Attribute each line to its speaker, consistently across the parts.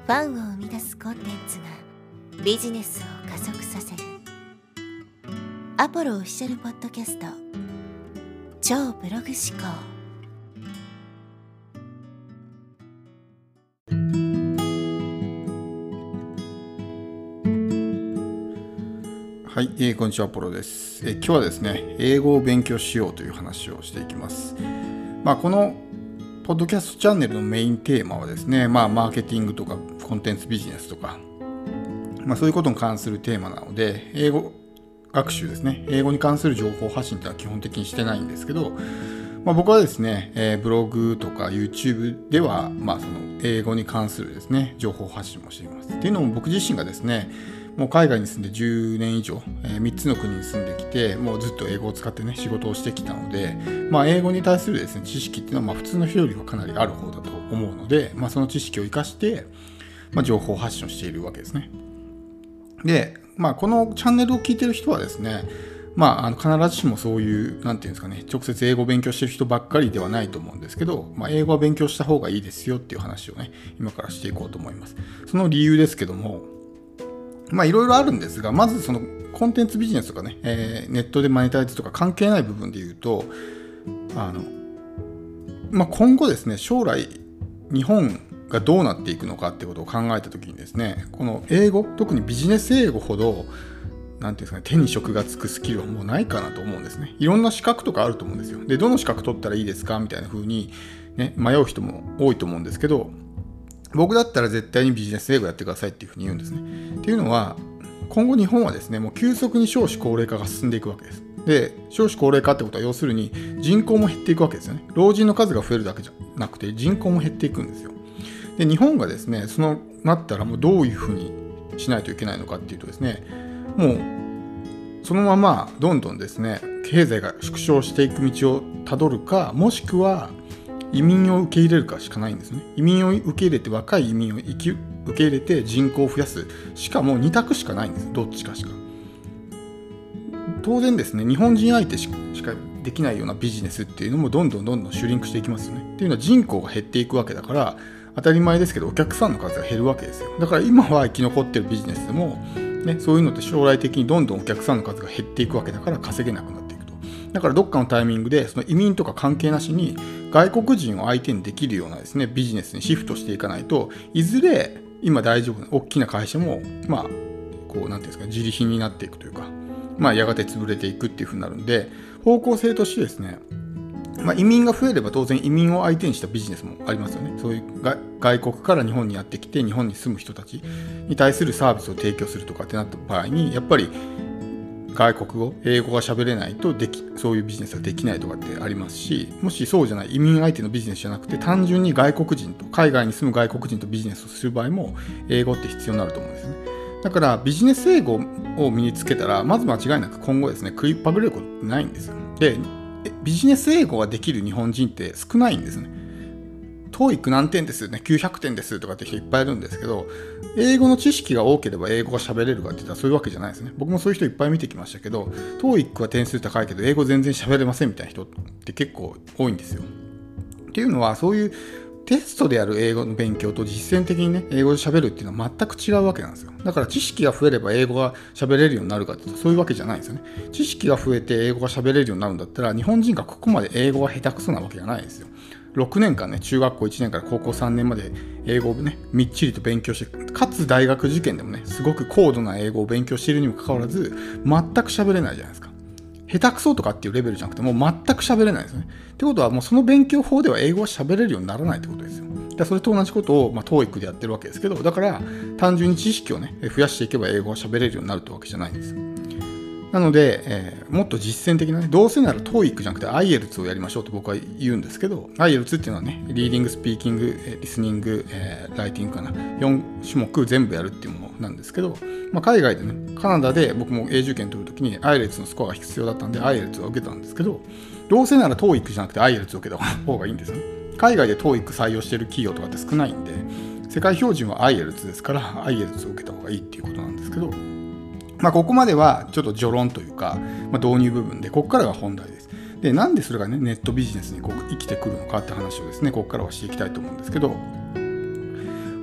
Speaker 1: ファンを生み出すコンテンツがビジネスを加速させるアポロオフィシャルポッドキャスト超ブログ思考。
Speaker 2: はい、こんにちは、アポロです。今日はですね、英語を勉強しようという話をしていきます。このポッドキャストチャンネルのメインテーマはですね、マーケティングとかコンテンツビジネスとか、そういうことに関するテーマなので、英語学習ですね、英語に関する情報発信というのは基本的にしてないんですけど、僕はですね、ブログとか YouTube では、その英語に関するですね、情報発信もしています。っていうのも僕自身がですね、もう海外に住んで10年以上、3つの国に住んできて、もうずっと英語を使ってね、仕事をしてきたので、英語に対するですね、知識っていうのは普通の人よりはかなりある方だと思うので、その知識を生かして、情報発信をしているわけですね。で、このチャンネルを聞いてる人はですね、必ずしもそういう、なんていうんですかね、直接英語を勉強してる人ばっかりではないと思うんですけど、英語は勉強した方がいいですよっていう話をね、今からしていこうと思います。その理由ですけども、いろいろあるんですが、まずそのコンテンツビジネスとかね、ネットでマネタイズとか関係ない部分で言うと、今後ですね、将来日本がどうなっていくのかってことを考えたときにですね、この英語、特にビジネス英語ほど、なんていうんですかね、手に職がつくスキルはもうないかなと思うんですね。いろんな資格とかあると思うんですよ。で、どの資格取ったらいいですかみたいな風に、ね、迷う人も多いと思うんですけど、僕だったら絶対にビジネス英語やってくださいっていうふうに言うんですね。っていうのは、今後日本はですね、もう急速に少子高齢化が進んでいくわけです。で、少子高齢化ってことは要するに人口も減っていくわけですよね。老人の数が増えるだけじゃなくて人口も減っていくんですよ。で、日本がですね、なったらもうどういうふうにしないといけないのかっていうとですね、もうそのままどんどんですね、経済が縮小していく道をたどるか、もしくは移民を受け入れるかしかないんですね。移民を受け入れて、若い移民を受け入れて人口を増やすしかもう2択しかないんです。どっちかしか。当然ですね、日本人相手しかできないようなビジネスっていうのもどんどんシュリンクしていきますよね。っていうのは人口が減っていくわけだから、当たり前ですけどお客さんの数が減るわけですよ。だから今は生き残ってるビジネスでも、そういうのって将来的にどんどんお客さんの数が減っていくわけだから稼げなくなっていくと。だからどっかのタイミングでその移民とか関係なしに外国人を相手にできるようなですね、ビジネスにシフトしていかないと、いずれ今大丈夫な大きな会社もなんていうんですか、自利品になっていくというか、やがて潰れていくっていう風になるんで、方向性としてですね、移民が増えれば当然移民を相手にしたビジネスもありますよね。そういう外国から日本にやってきて日本に住む人たちに対するサービスを提供するとかってなった場合に、やっぱり外国語、英語が喋れないとそういうビジネスはできないとかってありますし、もしそうじゃない移民相手のビジネスじゃなくて単純に外国人と海外に住む外国人とビジネスをする場合も英語って必要になると思うんですね。だからビジネス英語を身につけたらまず間違いなく今後ですね、食いっぱぐれることってないんですよ。で、ビジネス英語ができる日本人って少ないんですね。TOEIC 何点ですね、900点ですとかって人いっぱいいるんですけど、英語の知識が多ければ英語が喋れるかって言ったらそういうわけじゃないですね。僕もそういう人いっぱい見てきましたけど、TOEIC は点数高いけど英語全然喋れませんみたいな人って結構多いんですよ。っていうのは、そういうテストでやる英語の勉強と実践的にね、英語で喋るっていうのは全く違うわけなんですよ。だから知識が増えれば英語が喋れるようになるかっていうとそういうわけじゃないんですよね。知識が増えて英語が喋れるようになるんだったら、日本人がここまで英語が下手くそなわけじゃないですよ。6年間ね、中学校1年から高校3年まで英語をね、みっちりと勉強して、かつ大学受験でもね、すごく高度な英語を勉強しているにもかかわらず、全く喋れないじゃないですか。下手くそとかっていうレベルじゃなくて、もう全く喋れないですね。ってことは、もうその勉強法では英語が喋れるようにならないってことですよ。それと同じことを、TOEIC でやってるわけですけど、だから単純に知識をね、増やしていけば英語が喋れるようになるってわけじゃないんです。なので、もっと実践的なね、どうせなら TOEIC じゃなくて IELTS をやりましょうと僕は言うんですけど、IELTS っていうのはね、リーディング、スピーキング、リスニング、ライティングかな、4種目全部やるっていうものなんですけど、海外でね、カナダで僕も英受験取るときに IELTS のスコアが必要だったんで IELTS を受けたんですけど、どうせなら TOEIC じゃなくて IELTS を受けた方がいいんですよね。海外で TOEIC 採用してる企業とかって少ないんで、世界標準は IELTS ですから IELTS を受けた方がいいっていうことなんですけど、ここまではちょっと序論というか、導入部分で、ここからが本題です。で、なんでそれがね、ネットビジネスに生きてくるのかって話をですね、ここからはしていきたいと思うんですけど、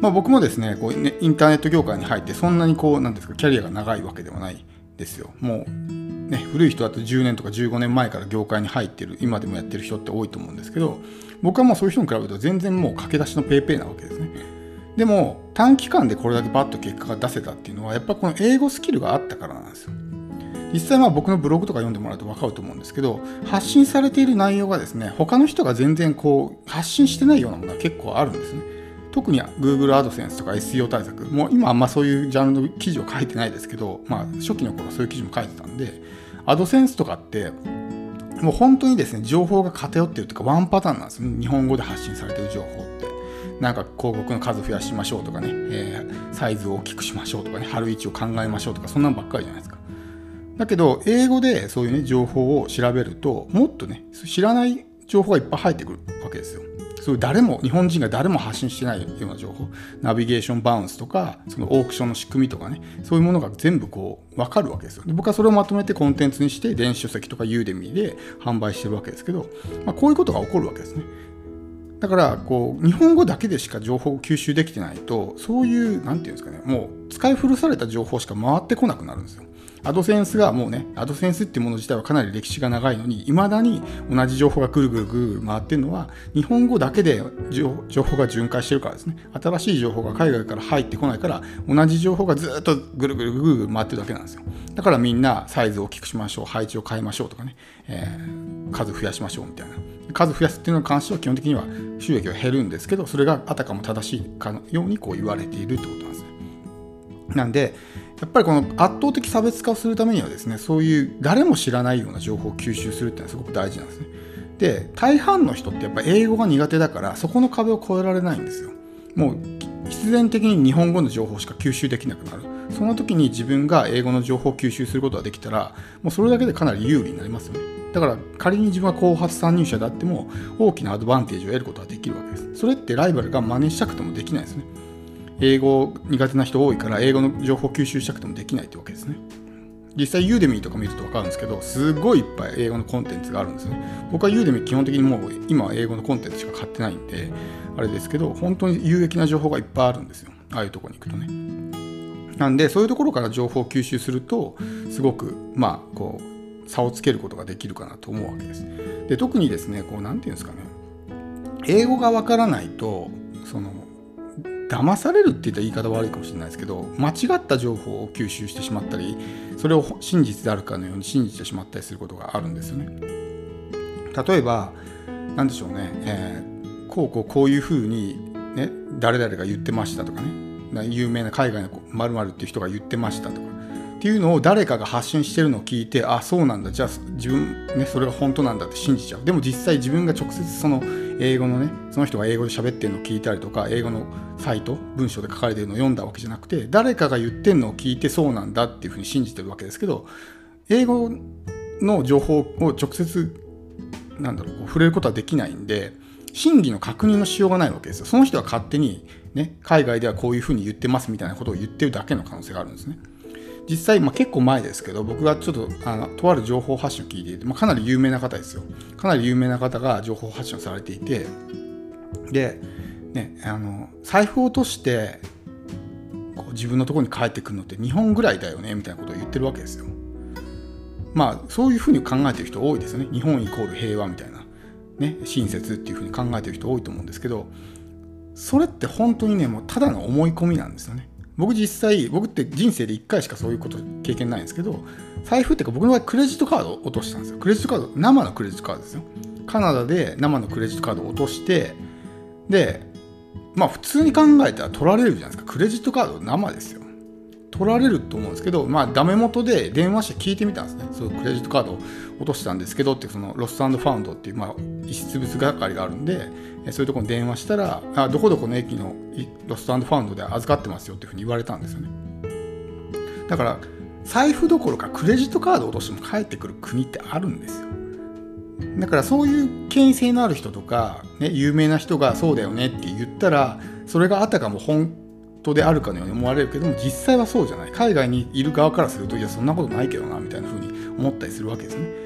Speaker 2: 僕もですね、インターネット業界に入ってそんなになんですか、キャリアが長いわけではないですよ。もうね、古い人だと10年とか15年前から業界に入ってる、今でもやってる人って多いと思うんですけど、僕はもうそういう人に比べると全然もう駆け出しのペーペーなわけですね。でも短期間でこれだけバッと結果が出せたっていうのはやっぱこの英語スキルがあったからなんですよ。実際僕のブログとか読んでもらうと分かると思うんですけど、発信されている内容がですね、他の人が全然発信してないようなものが結構あるんですね。特に Google AdSense とか SEO 対策、もう今あんまそういうジャンルの記事を書いてないですけど、初期の頃そういう記事も書いてたんで、AdSense とかってもう本当にですね、情報が偏っているというかワンパターンなんですよね。日本語で発信されている情報って。なんか広告の数増やしましょうとかね、サイズを大きくしましょうとかね、貼る位置を考えましょうとか、そんなんばっかりじゃないですか。だけど英語でそういうね情報を調べると、もっとね知らない情報がいっぱい入ってくるわけですよ。そういう日本人が誰も発信してないような情報、ナビゲーションバウンスとか、そのオークションの仕組みとかね、そういうものが全部分かるわけですよ。で、僕はそれをまとめてコンテンツにして電子書籍とかユーデミーで販売してるわけですけど、こういうことが起こるわけですね。だから日本語だけでしか情報を吸収できてないと、そういうなんていうんですかね、もう使い古された情報しか回ってこなくなるんですよ。アドセンスがもうね、アドセンスっていうもの自体はかなり歴史が長いのに、未だに同じ情報がぐるぐる回ってるのは、日本語だけで情報が巡回してるからですね。新しい情報が海外から入ってこないから、同じ情報がずっとぐるぐる回ってるだけなんですよ。だからみんなサイズを大きくしましょう、配置を変えましょうとかね、数増やしましょうみたいな。数増やすっていうのに関しては基本的には収益は減るんですけど、それがあたかも正しいかのように言われているってことなんですね。なんでやっぱりこの圧倒的差別化をするためにはですね、そういう誰も知らないような情報を吸収するっていうのはすごく大事なんですね。で、大半の人ってやっぱ英語が苦手だから、そこの壁を越えられないんですよ。もう必然的に日本語の情報しか吸収できなくなる。その時に自分が英語の情報を吸収することができたら、もうそれだけでかなり有利になりますよね。だから仮に自分は後発参入者であっても大きなアドバンテージを得ることができるわけです。それってライバルが真似したくてもできないですね。英語苦手な人多いから英語の情報を吸収したくてもできないってわけですね。実際ユーデミーとか見ると分かるんですけど、すごいいっぱい英語のコンテンツがあるんですね。僕はユーデミー基本的にもう今は英語のコンテンツしか買ってないんであれですけど、本当に有益な情報がいっぱいあるんですよ、ああいうところに行くとね。なんでそういうところから情報を吸収するとすごく差をつけることができるかなと思うわけです。で、特にですね、なんていうんですかね、英語が分からないと騙されるって言ったら言い方悪いかもしれないですけど、間違った情報を吸収してしまったり、それを真実であるかのように信じてしまったりすることがあるんですよね。例えばなんでしょうね、こういうふうにね、誰々が言ってましたとかね、有名な海外の〇〇っていう人が言ってましたとかっていうのを誰かが発信してるのを聞いて、あ、そうなんだ、じゃあ自分ね、それが本当なんだって信じちゃう。でも実際自分が直接その英語のね、その人が英語で喋ってるのを聞いたりとか、英語のサイト文章で書かれてるのを読んだわけじゃなくて、誰かが言ってるのを聞いてそうなんだっていうふうに信じてるわけですけど、英語の情報を直接触れることはできないんで、真偽の確認のしようがないわけですよ。その人は勝手にね、海外ではこういうふうに言ってますみたいなことを言ってるだけの可能性があるんですね。実際、結構前ですけど、僕がちょっととある情報発信を聞いていて、かなり有名な方ですよ。かなり有名な方が情報発信をされていて、で、ね、財布を落として自分のところに帰ってくるのって日本ぐらいだよねみたいなことを言ってるわけですよ。そういうふうに考えてる人多いですよね。日本イコール平和みたいな、ね、親切っていうふうに考えてる人多いと思うんですけど、それって本当にね、もうただの思い込みなんですよね。僕って人生で1回しかそういうこと経験ないんですけど、財布っていうか僕の場合クレジットカードを落としたんですよ。クレジットカード、生のクレジットカードですよ。カナダで生のクレジットカードを落として、で普通に考えたら取られるじゃないですか。クレジットカード生ですよ。取られると思うんですけど、ダメ元で電話して聞いてみたんですね。そうクレジットカードを落としたんですけどって、そのロスト&ファウンドっていう遺失物係があるんで、そういうところに電話したら、どこどこの駅のロスト&ファウンドで預かってますよっていうふうに言われたんですよね。だから財布どころかクレジットカードを落としても返ってくる国ってあるんですよ。だからそういう権威性のある人とか、ね、有名な人がそうだよねって言ったら、それがあたかも本当であるかのように思われるけども、実際はそうじゃない。海外にいる側からすると、いやそんなことないけどなみたいな風に思ったりするわけですね。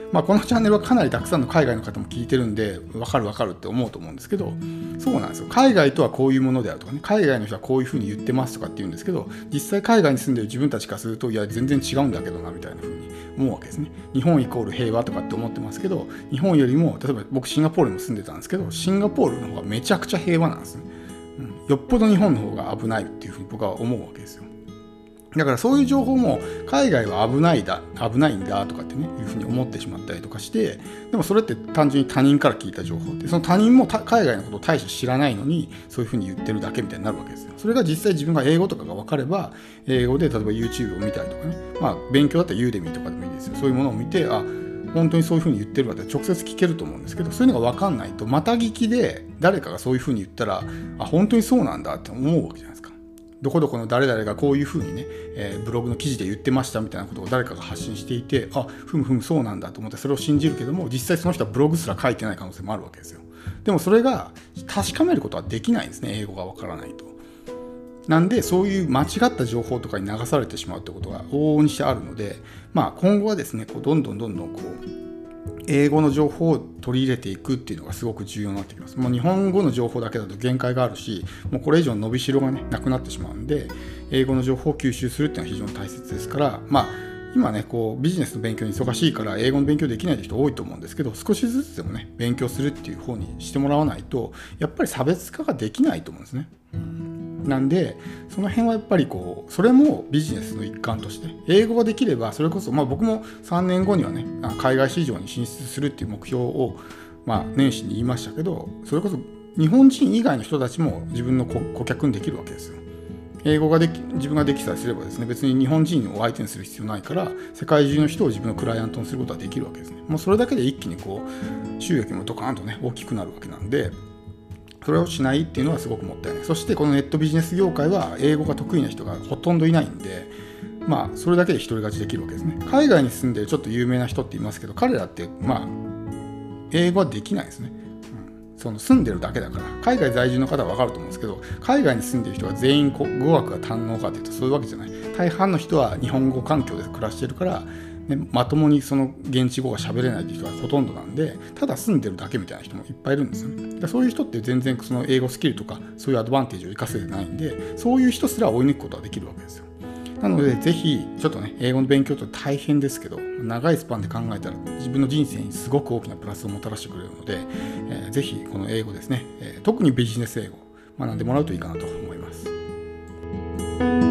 Speaker 2: このチャンネルはかなりたくさんの海外の方も聞いてるんで分かるって思うと思うんですけど、そうなんですよ。海外とはこういうものであるとかね、海外の人はこういうふうに言ってますとかって言うんですけど、実際海外に住んでる自分たちからすると、いや全然違うんだけどなみたいなふうに思うわけですね。日本イコール平和とかって思ってますけど、日本よりも例えば僕シンガポールにも住んでたんですけど、シンガポールの方がめちゃくちゃ平和なんですね。よっぽど日本の方が危ないっていうふうに僕は思うわけですよ。だからそういう情報も海外は危ないんだとかってねいうふうに思ってしまったりとかして、でもそれって単純に他人から聞いた情報で、その他人も海外のことを大して知らないのにそういうふうに言ってるだけみたいになるわけですよ。それが実際自分が英語とかが分かれば、英語で例えば YouTube を見たりとかね、勉強だったら Udemy とかでもいいですよ。そういうものを見て、本当にそういうふうに言ってるわって直接聞けると思うんですけど、そういうのが分かんないと、また聞きで誰かがそういうふうに言ったら、本当にそうなんだって思うわけじゃないですか。どこどこの誰々がこういうふうにね、ブログの記事で言ってましたみたいなことを誰かが発信していて、ふむそうなんだと思ってそれを信じるけども、実際その人はブログすら書いてない可能性もあるわけですよ。でもそれが確かめることはできないんですね、英語がわからないと。なんでそういう間違った情報とかに流されてしまうってことが往々にしてあるので、今後はですね、どんどん英語の情報を取り入れていくっていうのがすごく重要になってきます。もう日本語の情報だけだと限界があるし、もうこれ以上伸びしろがねなくなってしまうんで、英語の情報を吸収するっていうのは非常に大切ですから、今ねビジネスの勉強に忙しいから英語の勉強できない人多いと思うんですけど、少しずつでもね勉強するっていう方にしてもらわないとやっぱり差別化ができないと思うんですね。なんでその辺はやっぱりそれもビジネスの一環として英語ができれば、それこそ僕も3年後にはね海外市場に進出するっていう目標を年始に言いましたけど、それこそ日本人以外の人たちも自分の顧客にできるわけですよ。英語が自分ができさえすればですね、別に日本人を相手にする必要ないから、世界中の人を自分のクライアントにすることはできるわけですね。もうそれだけで一気に収益もドカーンとね大きくなるわけなんで、それをしないっていうのはすごくもったいない。そしてこのネットビジネス業界は英語が得意な人がほとんどいないんで、それだけで独り勝ちできるわけですね。海外に住んでるちょっと有名な人っていますけど、彼らって英語はできないですね。その住んでるだけだから。海外在住の方は分かると思うんですけど、海外に住んでる人が全員語学が堪能かというとそういうわけじゃない。大半の人は日本語環境で暮らしてるから、まともにその現地語が喋れないという人がほとんどなんで、ただ住んでるだけみたいな人もいっぱいいるんですよね。そういう人って全然その英語スキルとかそういうアドバンテージを生かせてないんで、そういう人すら追い抜くことができるわけですよ。なのでぜひちょっとね英語の勉強って大変ですけど、長いスパンで考えたら自分の人生にすごく大きなプラスをもたらしてくれるので、ぜひこの英語ですね、特にビジネス英語学んでもらうといいかなと思います。